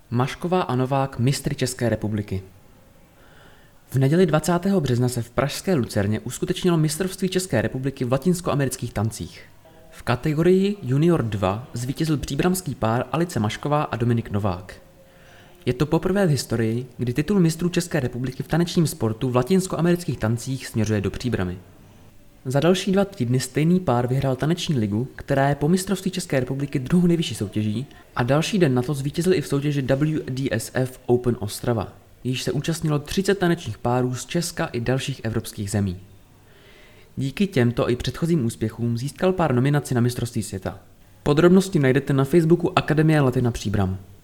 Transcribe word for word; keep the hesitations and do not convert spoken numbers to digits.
Mašková a Novák mistry České republiky. V neděli dvacátého března se v pražské Lucerně uskutečnilo mistrovství České republiky v latinskoamerických tancích. V kategorii Junior dva zvítězil příbramský pár Alice Mašková a Dominik Novák. Je to poprvé v historii, kdy titul mistrů České republiky v tanečním sportu v latinskoamerických tancích směřuje do Příbrami. Za další dva týdny stejný pár vyhrál taneční ligu, která je po mistrovství České republiky druhou nejvyšší soutěží, a další den na to zvítězil i v soutěži W D S F Open Ostrava, již se účastnilo třicet tanečních párů z Česka i dalších evropských zemí. Díky těmto i předchozím úspěchům získal pár nominaci na mistrovství světa. Podrobnosti najdete na Facebooku Akademie Latina Příbram.